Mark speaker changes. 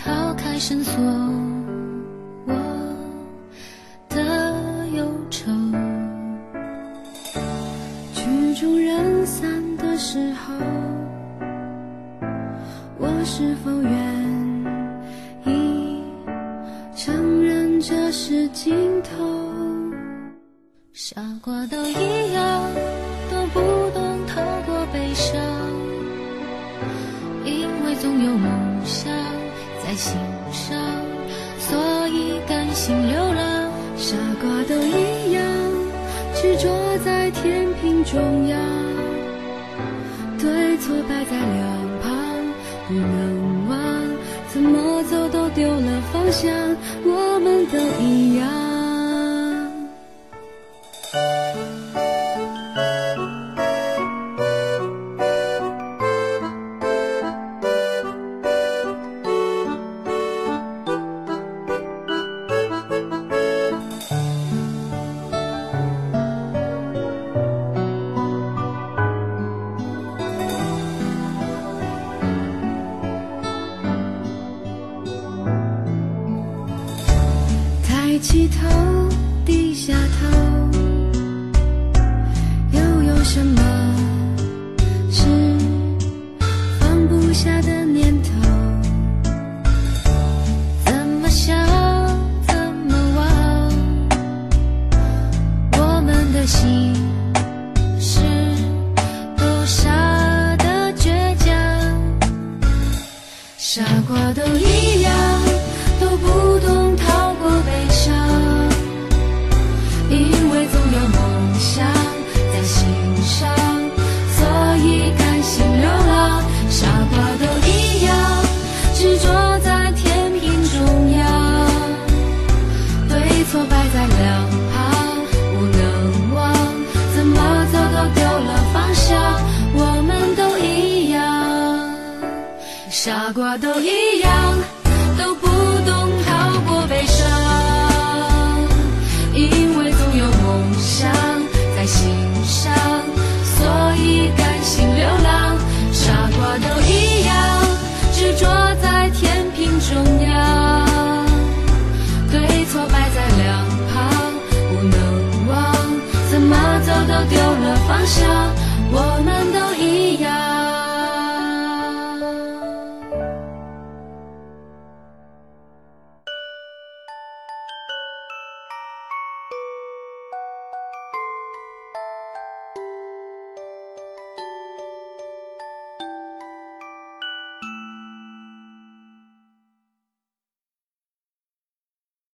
Speaker 1: 抛开绳索，我的忧愁。曲终人散的时候，我是否愿意承认这是尽头？傻瓜都一样，都不懂逃过悲伤，因为总有梦想在心上，所以甘心流浪。傻瓜都一样，执着在天平中央，对错摆在两旁，不能忘，怎么走都丢了方向，我们都一样。抬起头，低下头，又有什么是放不下的念头？怎么想，怎么忘，我们的心是都傻的倔强。傻瓜都一样，都不懂逃过悲伤，因为总有梦想在心上，所以甘心流浪。傻瓜都一样，执着在天平中央，对错摆在两旁，不能忘，怎么走都丢了方向，我们都一样。傻瓜都一样，都不懂逃过悲伤，因为总有梦想在心上，所以甘心流浪。傻瓜都一样，执着在天平中央，对错摆在两旁，不能忘，怎么走都丢了方向，我们都一样。